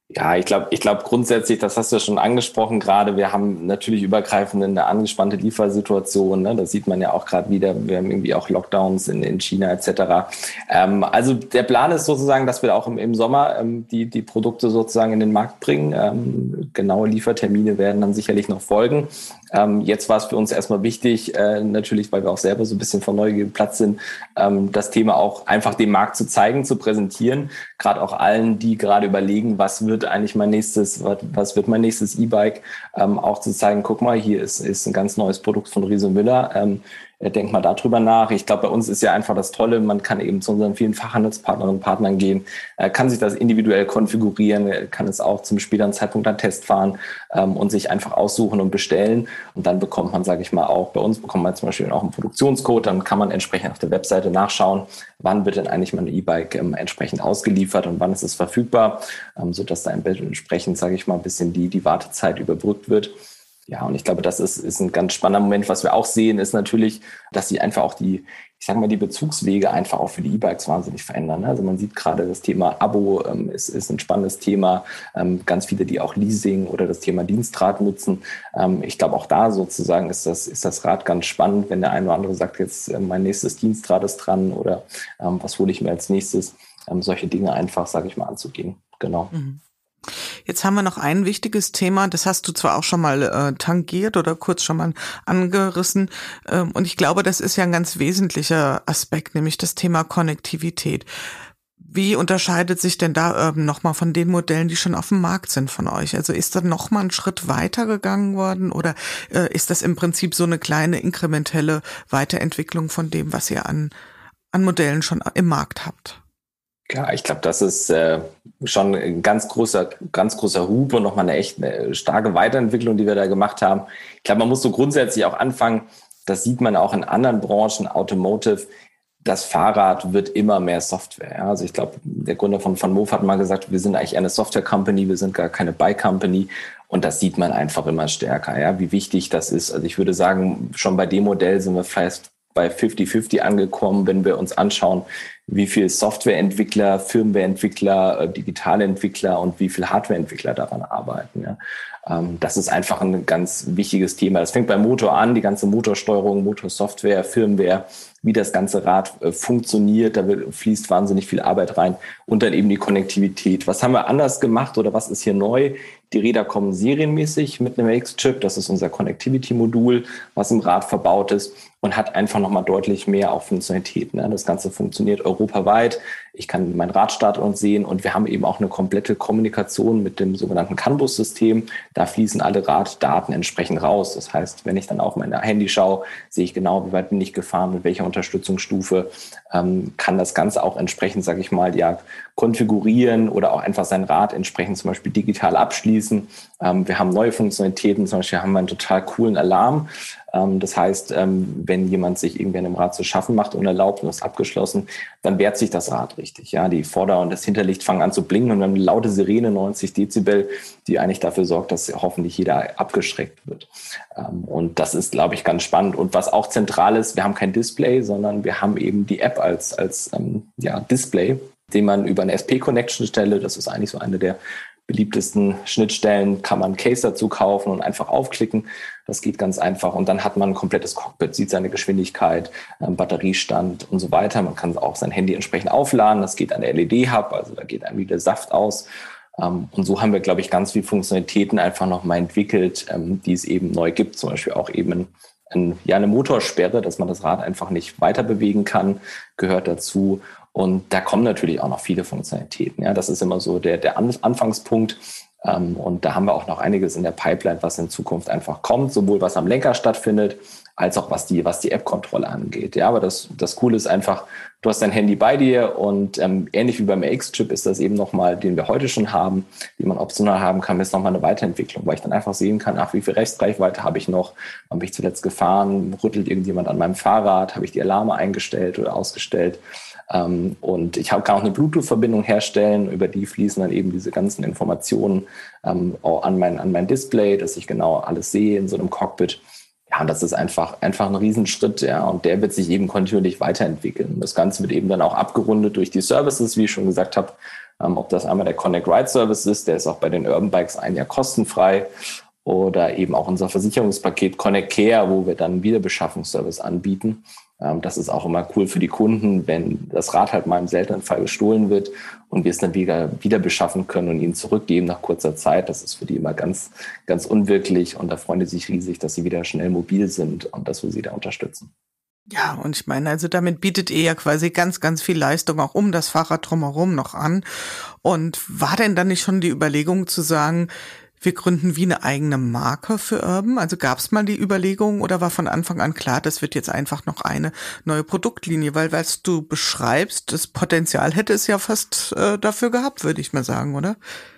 Ja, ich glaube, ich glaube grundsätzlich, das hast du ja schon angesprochen gerade, wir haben natürlich übergreifend eine angespannte Liefersituation, ne? Das sieht man ja auch gerade wieder, wir haben irgendwie auch Lockdowns in, in China et cetera. Ähm, also der Plan ist sozusagen, dass wir auch im, im Sommer ähm, die, die Produkte sozusagen in den Markt bringen. Ähm, genaue Liefertermine werden dann sicherlich noch folgen. Ähm, jetzt war es für uns erstmal wichtig, äh, natürlich, weil wir auch selber so ein bisschen von Neugier geplatzt sind, ähm, das Thema auch einfach dem Markt zu zeigen, zu präsentieren. Gerade auch allen, die gerade überlegen, was wird eigentlich mein nächstes, was, was wird mein nächstes E-Bike, ähm, auch zu zeigen, guck mal, hier ist, ist ein ganz neues Produkt von Riese Müller. Ähm, Denk mal darüber nach. Ich glaube, bei uns ist ja einfach das Tolle, man kann eben zu unseren vielen Fachhandelspartnerinnen und Partnern gehen, kann sich das individuell konfigurieren, kann es auch zum späteren Zeitpunkt dann Test fahren ähm, und sich einfach aussuchen und bestellen. Und dann bekommt man, sage ich mal, auch bei uns bekommt man zum Beispiel auch einen Produktionscode, dann kann man entsprechend auf der Webseite nachschauen, wann wird denn eigentlich mein E-Bike ähm, entsprechend ausgeliefert und wann ist es verfügbar, ähm, sodass da entsprechend, sage ich mal, ein bisschen die, die Wartezeit überbrückt wird. Ja, und ich glaube, das ist, ist ein ganz spannender Moment. Was wir auch sehen, ist natürlich, dass sie einfach auch die, ich sage mal, die Bezugswege einfach auch für die E-Bikes wahnsinnig verändern. Also man sieht gerade das Thema Abo ähm, ist, ist ein spannendes Thema. Ähm, ganz viele, die auch Leasing oder das Thema Dienstrad nutzen. Ähm, ich glaube, auch da sozusagen ist das, ist das Rad ganz spannend, wenn der eine oder andere sagt, jetzt äh, mein nächstes Dienstrad ist dran oder ähm, was hole ich mir als nächstes. Ähm, solche Dinge einfach, sage ich mal, anzugehen. Genau. Mhm. Jetzt haben wir noch ein wichtiges Thema, das hast du zwar auch schon mal äh, tangiert oder kurz schon mal angerissen, ähm, und ich glaube, das ist ja ein ganz wesentlicher Aspekt, nämlich das Thema Konnektivität. Wie unterscheidet sich denn da ähm, nochmal von den Modellen, die schon auf dem Markt sind von euch? Also ist da nochmal ein Schritt weiter gegangen worden oder äh, ist das im Prinzip so eine kleine inkrementelle Weiterentwicklung von dem, was ihr an, an Modellen schon im Markt habt? Ja, ich glaube, das ist äh, schon ein ganz großer, ganz großer Hub und nochmal eine echt eine starke Weiterentwicklung, die wir da gemacht haben. Ich glaube, man muss so grundsätzlich auch anfangen, das sieht man auch in anderen Branchen, Automotive, das Fahrrad wird immer mehr Software. Ja? Also ich glaube, der Gründer von Van Moof hat mal gesagt, wir sind eigentlich eine Software-Company, wir sind gar keine Bike-Company. Und das sieht man einfach immer stärker, ja, wie wichtig das ist. Also ich würde sagen, schon bei dem Modell sind wir vielleicht bei fifty fifty angekommen, wenn wir uns anschauen, wie viel Softwareentwickler, Firmwareentwickler, digitale Entwickler und wie viel Hardwareentwickler daran arbeiten. Ja. Das ist einfach ein ganz wichtiges Thema. Das fängt beim Motor an, die ganze Motorsteuerung, Motorsoftware, Firmware, wie das ganze Rad äh, funktioniert. Da fließt wahnsinnig viel Arbeit rein. Und dann eben die Konnektivität. Was haben wir anders gemacht oder was ist hier neu? Die Räder kommen serienmäßig mit einem X-Chip. Das ist unser Connectivity-Modul, was im Rad verbaut ist und hat einfach nochmal deutlich mehr auch Funktionalitäten. Ne? Das Ganze funktioniert europaweit. Ich kann meinen Radstart sehen und wir haben eben auch eine komplette Kommunikation mit dem sogenannten CAN-Bus-System. Da fließen alle Raddaten entsprechend raus. Das heißt, wenn ich dann auf mein Handy schaue, sehe ich genau, wie weit bin ich gefahren, mit welcher Unterstützungsstufe, ähm, kann das Ganze auch entsprechend, sage ich mal, ja, konfigurieren oder auch einfach sein Rad entsprechend zum Beispiel digital abschließen. Ähm, wir haben neue Funktionalitäten, zum Beispiel haben wir einen total coolen Alarm. Ähm, das heißt, ähm, wenn jemand sich irgendwie an dem Rad zu schaffen macht, unerlaubt und ist abgeschlossen, dann wehrt sich das Rad richtig. Ja, die Vorder- und das Hinterlicht fangen an zu blinken und dann eine laute Sirene, neunzig Dezibel, die eigentlich dafür sorgt, dass hoffentlich jeder abgeschreckt wird. Ähm, und das ist, glaube ich, ganz spannend. Und was auch zentral ist, wir haben kein Display, sondern wir haben eben die App als, als ähm, ja, Display, den man über eine S P-Connection-Stelle, das ist eigentlich so eine der beliebtesten Schnittstellen, kann man einen Case dazu kaufen und einfach aufklicken. Das geht ganz einfach. Und dann hat man ein komplettes Cockpit, sieht seine Geschwindigkeit, Batteriestand und so weiter. Man kann auch sein Handy entsprechend aufladen. Das geht an der L E D-Hub, also da geht einem wieder Saft aus. Und so haben wir, glaube ich, ganz viele Funktionalitäten einfach nochmal entwickelt, die es eben neu gibt. Zum Beispiel auch eben ein, ja, eine Motorsperre, dass man das Rad einfach nicht weiter bewegen kann, gehört dazu. Und da kommen natürlich auch noch viele Funktionalitäten. Ja, das ist immer so der, der Anfangspunkt. Und da haben wir auch noch einiges in der Pipeline, was in Zukunft einfach kommt, sowohl was am Lenker stattfindet, als auch was die, was die App-Kontrolle angeht. Ja, aber das, das Coole ist einfach, du hast dein Handy bei dir und ähm, ähnlich wie beim X-Chip ist das eben nochmal, den wir heute schon haben, den man optional haben kann, ist nochmal eine Weiterentwicklung, weil ich dann einfach sehen kann, ach, wie viel Restreichweite habe ich noch, wann bin ich zuletzt gefahren, rüttelt irgendjemand an meinem Fahrrad, habe ich die Alarme eingestellt oder ausgestellt. Um, und ich kann auch eine Bluetooth-Verbindung herstellen, über die fließen dann eben diese ganzen Informationen um, auch an mein, an mein Display, dass ich genau alles sehe in so einem Cockpit. Ja, und das ist einfach, einfach ein Riesenschritt, ja, und der wird sich eben kontinuierlich weiterentwickeln. Das Ganze wird eben dann auch abgerundet durch die Services, wie ich schon gesagt habe, ähm, ob das einmal der Connect Ride Service ist, der ist auch bei den Urban Bikes ein Jahr kostenfrei, oder eben auch unser Versicherungspaket Connect Care, wo wir dann einen Wiederbeschaffungsservice anbieten. Ähm, das ist auch immer cool für die Kunden, wenn das Rad halt mal im seltenen Fall gestohlen wird und wir es dann wieder, wieder beschaffen können und ihnen zurückgeben nach kurzer Zeit. Das ist für die immer ganz, ganz unwirklich und da freuen die sich riesig, dass sie wieder schnell mobil sind und dass wir sie da unterstützen. Ja, und ich meine, also damit bietet ihr ja quasi ganz, ganz viel Leistung auch um das Fahrrad drumherum noch an. Und war denn dann nicht schon die Überlegung zu sagen, wir gründen wie eine eigene Marke für Urban? Also gab es mal die Überlegung oder war von Anfang an klar, das wird jetzt einfach noch eine neue Produktlinie? Weil, was du beschreibst, das Potenzial hätte es ja fast äh, dafür gehabt, würde ich mal sagen, oder?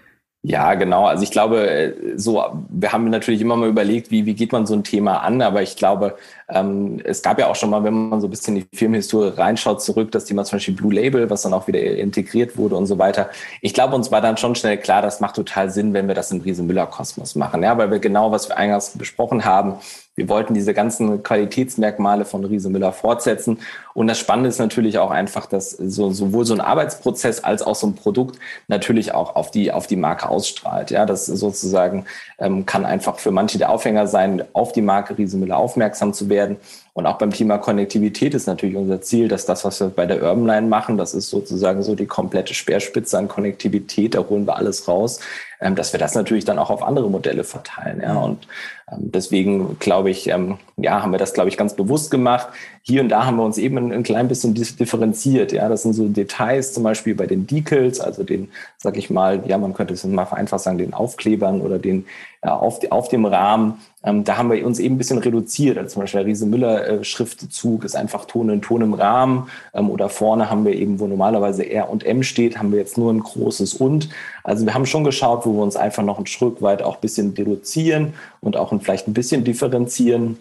Ja, genau. Also ich glaube, so, wir haben natürlich immer mal überlegt, wie, wie geht man so ein Thema an, aber ich glaube, ähm, es gab ja auch schon mal, wenn man so ein bisschen in die Firmenhistorie reinschaut, zurück, das Thema zum Beispiel Blue Label, was dann auch wieder integriert wurde und so weiter. Ich glaube, uns war dann schon schnell klar, das macht total Sinn, wenn wir das im Riese-Müller-Kosmos machen, ja, weil wir genau, was wir eingangs besprochen haben, wir wollten diese ganzen Qualitätsmerkmale von Riese Müller fortsetzen. Und das Spannende ist natürlich auch einfach, dass so, sowohl so ein Arbeitsprozess als auch so ein Produkt natürlich auch auf die, auf die Marke ausstrahlt. Ja, das sozusagen ähm, kann einfach für manche der Aufhänger sein, auf die Marke Riese Müller aufmerksam zu werden. Und auch beim Thema Konnektivität ist natürlich unser Ziel, dass das, was wir bei der Urban Line machen, das ist sozusagen so die komplette Speerspitze an Konnektivität, da holen wir alles raus, ähm, dass wir das natürlich dann auch auf andere Modelle verteilen. Ja, und ähm, deswegen glaube ich, ähm, ja, haben wir das, glaube ich, ganz bewusst gemacht. Hier und da haben wir uns eben ein, ein klein bisschen differenziert. Ja, das sind so Details, zum Beispiel bei den Decals, also den, sag ich mal, ja, man könnte es mal vereinfacht sagen, den Aufklebern oder den ja, auf, die, auf dem Rahmen. Ähm, da haben wir uns eben ein bisschen reduziert. Also zum Beispiel der Riese Müller äh, Schriftzug ist einfach Ton in Ton im Rahmen. Ähm, oder vorne haben wir eben, wo normalerweise R und M steht, haben wir jetzt nur ein großes Und. Also wir haben schon geschaut, wo wir uns einfach noch ein Stück weit auch ein bisschen reduzieren und auch ein, vielleicht ein bisschen differenzieren.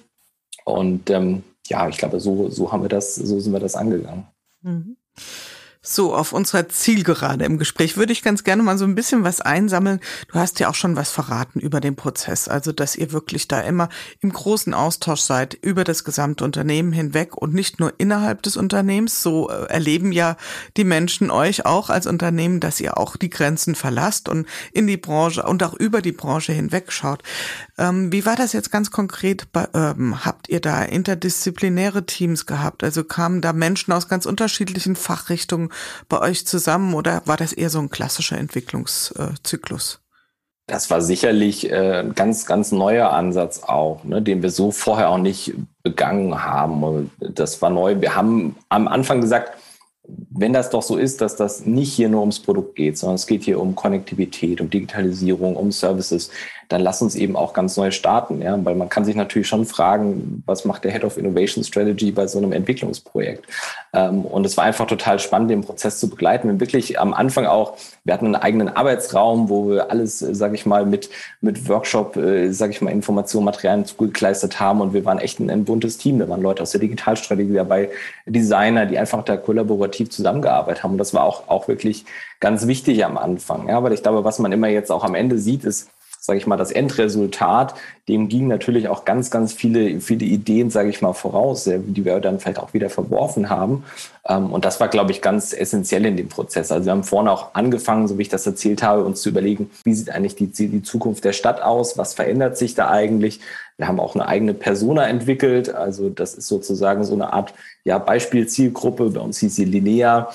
Und ähm, ja, ich glaube, so, so haben wir das, so sind wir das angegangen. Mhm. So, auf unserer Zielgerade im Gespräch würde ich ganz gerne mal so ein bisschen was einsammeln. Du hast ja auch schon was verraten über den Prozess, also dass ihr wirklich da immer im großen Austausch seid über das gesamte Unternehmen hinweg und nicht nur innerhalb des Unternehmens. So äh, erleben ja die Menschen euch auch als Unternehmen, dass ihr auch die Grenzen verlasst und in die Branche und auch über die Branche hinweg schaut. Ähm, wie war das jetzt ganz konkret bei Urban? Habt ihr da interdisziplinäre Teams gehabt? Also kamen da Menschen aus ganz unterschiedlichen Fachrichtungen bei euch zusammen oder war das eher so ein klassischer Entwicklungszyklus? Das war sicherlich äh, ein ganz, ganz neuer Ansatz auch, ne, den wir so vorher auch nicht begangen haben. Das war neu. Wir haben am Anfang gesagt, wenn das doch so ist, dass das nicht hier nur ums Produkt geht, sondern es geht hier um Konnektivität, um Digitalisierung, um Services, dann lass uns eben auch ganz neu starten. Ja? Weil man kann sich natürlich schon fragen, was macht der Head of Innovation Strategy bei so einem Entwicklungsprojekt? Ähm, und es war einfach total spannend, den Prozess zu begleiten. Wir wirklich am Anfang auch, wir hatten einen eigenen Arbeitsraum, wo wir alles, sage ich mal, mit mit Workshop, äh, sage ich mal, Informationen, Materialien zugekleistert haben. Und wir waren echt ein, ein buntes Team. Da waren Leute aus der Digitalstrategie dabei, Designer, die einfach da kollaborativ zusammengearbeitet haben. Und das war auch, auch wirklich ganz wichtig am Anfang. Ja, weil ich glaube, was man immer jetzt auch am Ende sieht, ist, sage ich mal, das Endresultat, dem gingen natürlich auch ganz, ganz viele, viele Ideen, sage ich mal, voraus, die wir dann vielleicht auch wieder verworfen haben. Und das war, glaube ich, ganz essentiell in dem Prozess. Also wir haben vorne auch angefangen, so wie ich das erzählt habe, uns zu überlegen, wie sieht eigentlich die, die Zukunft der Stadt aus? Was verändert sich da eigentlich? Wir haben auch eine eigene Persona entwickelt. Also das ist sozusagen so eine Art ja, Beispielzielgruppe. Bei uns hieß sie Linnea.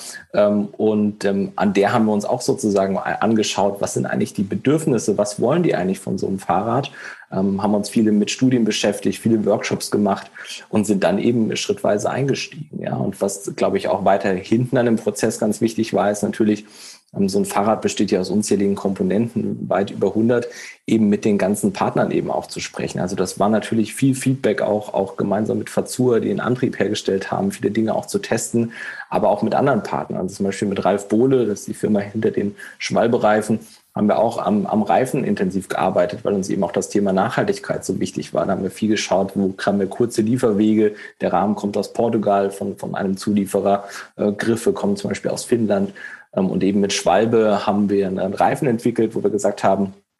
Und an der haben wir uns auch sozusagen angeschaut, was sind eigentlich die Bedürfnisse? Was wollen die eigentlich von so einem Fahrrad? Ähm, haben uns viele mit Studien beschäftigt, viele Workshops gemacht und sind dann eben schrittweise eingestiegen. Ja. Und was, glaube ich, auch weiter hinten an dem Prozess ganz wichtig war, ist natürlich, ähm, so ein Fahrrad besteht ja aus unzähligen Komponenten, weit über hundert, eben mit den ganzen Partnern eben auch zu sprechen. Also das war natürlich viel Feedback auch, auch gemeinsam mit Fazur, die einen Antrieb hergestellt haben, viele Dinge auch zu testen, aber auch mit anderen Partnern. Also zum Beispiel mit Ralf Bohle, das ist die Firma hinter den Schwalbe-Reifen, haben wir auch am, am Reifen intensiv gearbeitet, weil uns eben auch das Thema Nachhaltigkeit so wichtig war. Da haben wir viel geschaut, wo haben wir kurze Lieferwege. Der Rahmen kommt aus Portugal von, von einem Zulieferer. Äh, Griffe kommen zum Beispiel aus Finnland. Ähm, und eben mit Schwalbe haben wir einen Reifen entwickelt, wo wir gesagt haben,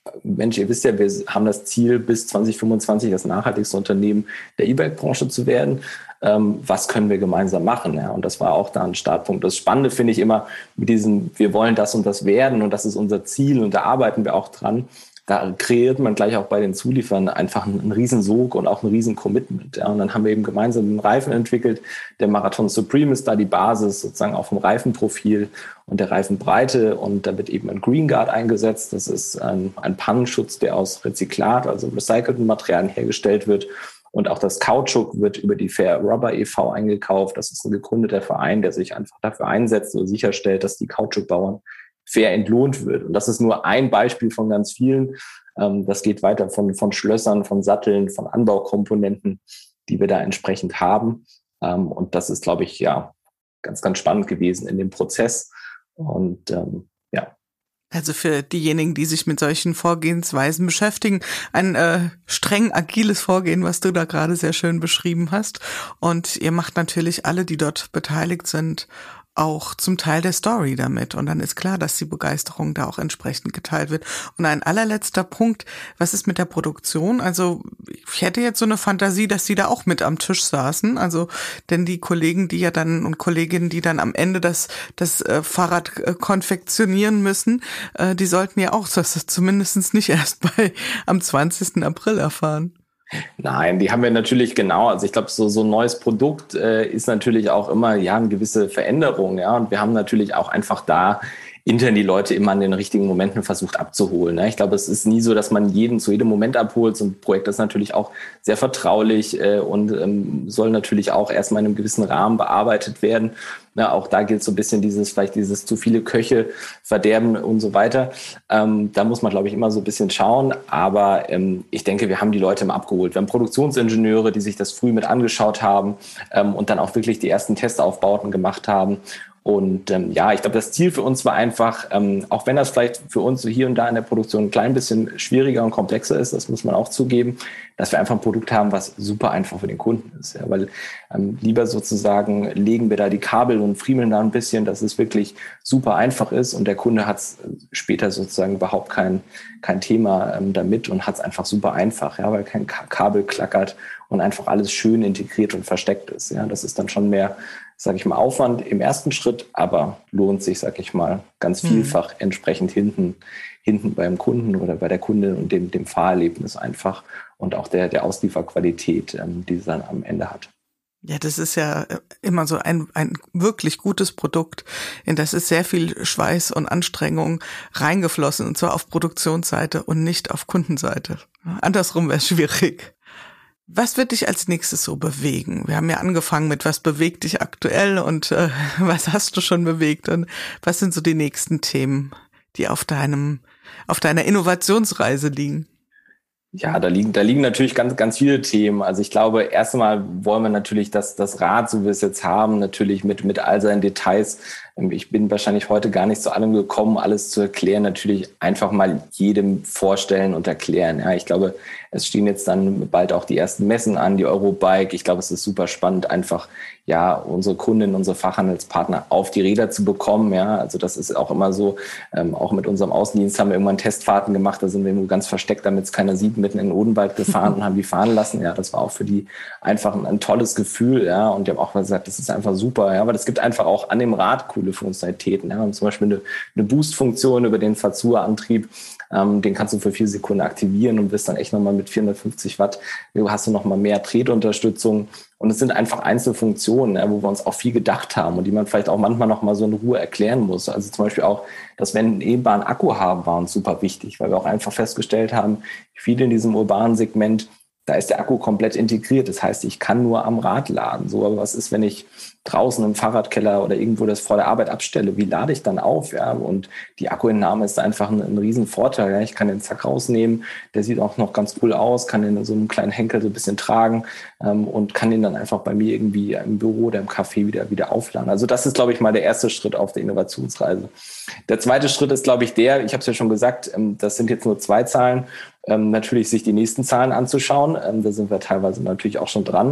Mensch, ihr wisst ja, wir haben das Ziel, bis zwanzig fünfundzwanzig das nachhaltigste Unternehmen der E-Bike-Branche zu werden. Ähm, was können wir gemeinsam machen? Ja, und das war auch da ein Startpunkt. Das Spannende finde ich immer mit diesem, wir wollen das und das werden und das ist unser Ziel und da arbeiten wir auch dran. Da kreiert man gleich auch bei den Zulieferern einfach einen, einen riesen Sog und auch ein riesen Commitment. Ja. Und dann haben wir eben gemeinsam einen Reifen entwickelt. Der Marathon Supreme ist da die Basis sozusagen auf dem Reifenprofil und der Reifenbreite. Und da wird eben ein Green Guard eingesetzt. Das ist ein, ein Pannenschutz, der aus Rezyklat, also recycelten Materialien hergestellt wird. Und auch das Kautschuk wird über die Fair Rubber e V eingekauft. Das ist ein gegründeter Verein, der sich einfach dafür einsetzt und sicherstellt, dass die Kautschukbauern fair entlohnt wird. Und das ist nur ein Beispiel von ganz vielen. Das geht weiter von, von Schlössern, von Satteln, von Anbaukomponenten, die wir da entsprechend haben. Und das ist, glaube ich, ja, ganz, ganz spannend gewesen in dem Prozess. Und ähm, ja. Also für diejenigen, die sich mit solchen Vorgehensweisen beschäftigen, ein äh, streng agiles Vorgehen, was du da gerade sehr schön beschrieben hast. Und ihr macht natürlich alle, die dort beteiligt sind, auch zum Teil der Story damit. Und dann ist klar, dass die Begeisterung da auch entsprechend geteilt wird. Und ein allerletzter Punkt, was ist mit der Produktion? Also ich hätte jetzt so eine Fantasie, dass die da auch mit am Tisch saßen. Also denn die Kollegen, die ja dann und Kolleginnen, die dann am Ende das, das äh, Fahrrad äh, konfektionieren müssen, äh, die sollten ja auch das zumindest nicht erst bei am zwanzigsten April erfahren. Nein, die haben wir natürlich genau. Also ich glaube, so so ein neues Produkt äh, ist natürlich auch immer ja eine gewisse Veränderung, ja. Und wir haben natürlich auch einfach da intern die Leute immer an den richtigen Momenten versucht abzuholen. Ne? Ich glaube, es ist nie so, dass man jeden zu jedem Moment abholt. So ein Projekt ist natürlich auch sehr vertraulich äh, und ähm, soll natürlich auch erstmal in einem gewissen Rahmen bearbeitet werden. Ja, auch da gilt so ein bisschen dieses, vielleicht dieses zu viele Köche verderben und so weiter. Ähm, da muss man, glaube ich, immer so ein bisschen schauen. Aber ähm, ich denke, wir haben die Leute immer abgeholt. Wir haben Produktionsingenieure, die sich das früh mit angeschaut haben ähm, und dann auch wirklich die ersten Testaufbauten gemacht haben. Und ähm, ja, ich glaube, das Ziel für uns war einfach, ähm, auch wenn das vielleicht für uns so hier und da in der Produktion ein klein bisschen schwieriger und komplexer ist, das muss man auch zugeben, dass wir einfach ein Produkt haben, was super einfach für den Kunden ist. Ja, weil ähm, lieber sozusagen legen wir da die Kabel und friemeln da ein bisschen, dass es wirklich super einfach ist und der Kunde hat es später sozusagen überhaupt kein, kein Thema ähm, damit und hat es einfach super einfach, ja, weil kein K- Kabel klackert und einfach alles schön integriert und versteckt ist. Ja, das ist dann schon mehr, sage ich mal, Aufwand im ersten Schritt, aber lohnt sich, sage ich mal, ganz vielfach mhm. entsprechend hinten, hinten beim Kunden oder bei der Kundin und dem, dem Fahrerlebnis einfach und auch der, der Auslieferqualität, ähm, die sie dann am Ende hat. Ja, das ist ja immer so ein, ein wirklich gutes Produkt, in das ist sehr viel Schweiß und Anstrengung reingeflossen, und zwar auf Produktionsseite und nicht auf Kundenseite. Andersrum wäre es schwierig. Was wird dich als nächstes so bewegen? Wir haben ja angefangen mit, was bewegt dich aktuell und äh, was hast du schon bewegt und was sind so die nächsten Themen, die auf deinem, auf deiner Innovationsreise liegen? Ja, da liegen, da liegen natürlich ganz, ganz viele Themen. Also ich glaube, erst einmal wollen wir natürlich das, das Rad, so wie wir es jetzt haben, natürlich mit, mit all seinen Details. Ich bin wahrscheinlich heute gar nicht zu allem gekommen, alles zu erklären. Natürlich einfach mal jedem vorstellen und erklären. Ja, ich glaube, es stehen jetzt dann bald auch die ersten Messen an, die Eurobike. Ich glaube, es ist super spannend, einfach ja unsere Kundinnen, unsere Fachhandelspartner auf die Räder zu bekommen. Ja, also das ist auch immer so. Ähm, auch mit unserem Außendienst haben wir irgendwann Testfahrten gemacht. Da sind wir nur ganz versteckt, damit es keiner sieht, mitten in den Odenwald gefahren und haben die fahren lassen. Ja, das war auch für die einfach ein, ein tolles Gefühl. Ja, und die haben auch gesagt, das ist einfach super. Ja, aber es gibt einfach auch an dem Rad coole Funktionalitäten. Ja, wir haben zum Beispiel eine, eine Boost-Funktion über den Fazua-Antrieb. Ähm, den kannst du für vier Sekunden aktivieren und bist dann echt nochmal mit vierhundertfünfzig Watt, du hast du nochmal mehr Tretunterstützung. Und es sind einfach Einzelfunktionen, ja, wo wir uns auch viel gedacht haben und die man vielleicht auch manchmal nochmal so in Ruhe erklären muss. Also zum Beispiel auch, dass wir einen e-baren Akku haben, war uns super wichtig, weil wir auch einfach festgestellt haben, viele in diesem urbanen Segment, da ist der Akku komplett integriert. Das heißt, ich kann nur am Rad laden. So, aber was ist, wenn ich draußen im Fahrradkeller oder irgendwo das vor der Arbeit abstelle? Wie lade ich dann auf? Ja, und die Akkuentnahme ist einfach ein, ein riesen Vorteil. Ja, ich kann den Zack rausnehmen. Der sieht auch noch ganz cool aus. Kann den in so einem kleinen Henkel so ein bisschen tragen ähm, und kann den dann einfach bei mir irgendwie im Büro oder im Café wieder, wieder aufladen. Also das ist, glaube ich, mal der erste Schritt auf der Innovationsreise. Der zweite Schritt ist, glaube ich, der, ich habe es ja schon gesagt, ähm, das sind jetzt nur zwei Zahlen, ähm, natürlich sich die nächsten Zahlen anzuschauen. Ähm, da sind wir teilweise natürlich auch schon dran.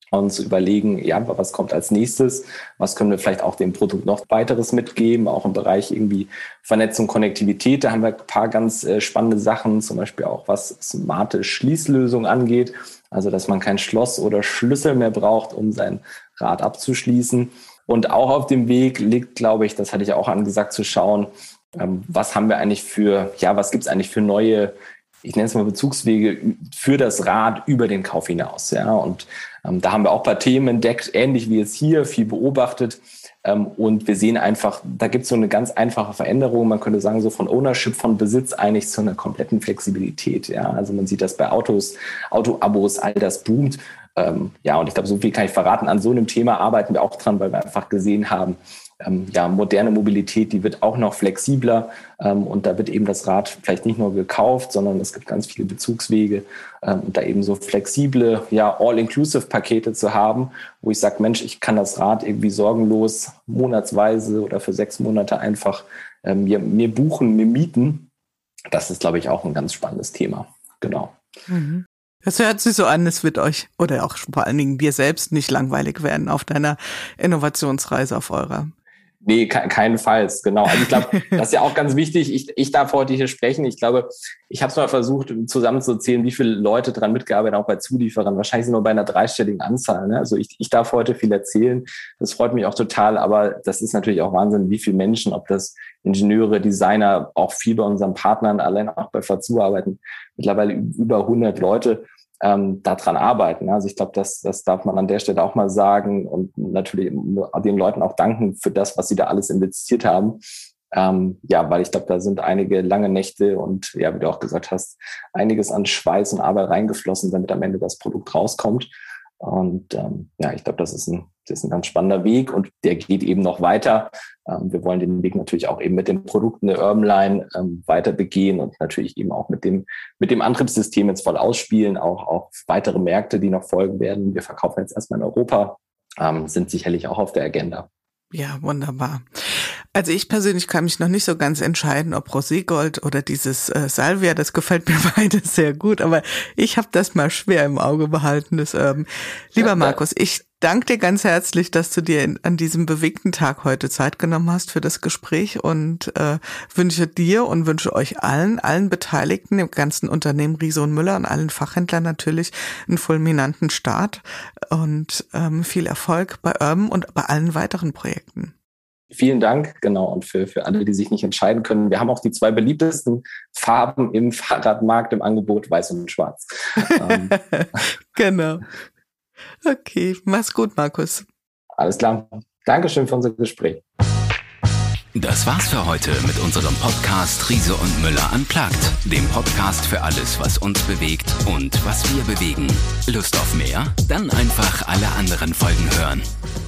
und zu überlegen, ja, was kommt als nächstes, was können wir vielleicht auch dem Produkt noch weiteres mitgeben, auch im Bereich irgendwie Vernetzung, Konnektivität, da haben wir ein paar ganz äh, spannende Sachen, zum Beispiel auch was smarte Schließlösungen angeht, also dass man kein Schloss oder Schlüssel mehr braucht, um sein Rad abzuschließen. Und auch auf dem Weg liegt, glaube ich, das hatte ich auch angesagt, zu schauen, ähm, was haben wir eigentlich für, ja, was gibt es eigentlich für neue, ich nenne es mal Bezugswege für das Rad über den Kauf hinaus. Ja? Und ähm, da haben wir auch ein paar Themen entdeckt, ähnlich wie jetzt hier, viel beobachtet. Ähm, und wir sehen einfach, da gibt es so eine ganz einfache Veränderung. Man könnte sagen, so von Ownership, von Besitz eigentlich zu einer kompletten Flexibilität. Ja? Also man sieht das bei Autos, Auto-Abos, all das boomt. Ähm, ja, und ich glaube, so viel kann ich verraten. An so einem Thema arbeiten wir auch dran, weil wir einfach gesehen haben, Ähm, ja, moderne Mobilität, die wird auch noch flexibler ähm, und da wird eben das Rad vielleicht nicht nur gekauft, sondern es gibt ganz viele Bezugswege ähm, und da eben so flexible, ja, All-Inclusive-Pakete zu haben, wo ich sage, Mensch, ich kann das Rad irgendwie sorgenlos monatsweise oder für sechs Monate einfach ähm, mir, mir buchen, mir mieten. Das ist, glaube ich, auch ein ganz spannendes Thema. Genau. Mhm. Das hört sich so an, es wird euch oder auch vor allen Dingen dir selbst nicht langweilig werden auf deiner Innovationsreise, auf eurer. Nee, ke- keinenfalls, genau. Also ich glaube, das ist ja auch ganz wichtig. Ich, ich darf heute hier sprechen. Ich glaube, ich habe es mal versucht zusammenzuzählen, wie viele Leute daran mitgearbeitet haben, auch bei Zulieferern. Wahrscheinlich sind wir bei einer dreistelligen Anzahl. Ne? Also ich, ich darf heute viel erzählen. Das freut mich auch total. Aber das ist natürlich auch Wahnsinn, wie viele Menschen, ob das Ingenieure, Designer, auch viel bei unseren Partnern, allein auch bei Fazur arbeiten, mittlerweile über hundert Leute, Ähm, daran arbeiten. Also ich glaube, das, das darf man an der Stelle auch mal sagen und natürlich den Leuten auch danken für das, was sie da alles investiert haben. Ähm, ja, weil ich glaube, da sind einige lange Nächte und ja, wie du auch gesagt hast, einiges an Schweiß und Arbeit reingeflossen, damit am Ende das Produkt rauskommt. Und ähm, ja, ich glaube, das ist ein, das ist ein ganz spannender Weg und der geht eben noch weiter. Ähm, wir wollen den Weg natürlich auch eben mit den Produkten der Urbanline ähm, weiter begehen und natürlich eben auch mit dem, mit dem Antriebssystem jetzt voll ausspielen, auch auf weitere Märkte, die noch folgen werden. Wir verkaufen jetzt erstmal in Europa, ähm, sind sicherlich auch auf der Agenda. Ja, wunderbar. Also ich persönlich kann mich noch nicht so ganz entscheiden, ob Roségold oder dieses äh, Salvia, das gefällt mir beides sehr gut, aber ich habe das mal schwer im Auge behalten. Das, ähm, lieber Ja, Markus, ich danke dir ganz herzlich, dass du dir in, an diesem bewegten Tag heute Zeit genommen hast für das Gespräch und äh, wünsche dir und wünsche euch allen, allen Beteiligten, dem ganzen Unternehmen Riese und Müller und allen Fachhändlern natürlich einen fulminanten Start und ähm, viel Erfolg bei Urban und bei allen weiteren Projekten. Vielen Dank, genau. Und für, für alle, die sich nicht entscheiden können, wir haben auch die zwei beliebtesten Farben im Fahrradmarkt im Angebot, weiß und schwarz. ähm, Genau. Okay, mach's gut, Markus. Alles klar. Dankeschön für unser Gespräch. Das war's für heute mit unserem Podcast Riese und Müller Unplugged, dem Podcast für alles, was uns bewegt und was wir bewegen. Lust auf mehr? Dann einfach alle anderen Folgen hören.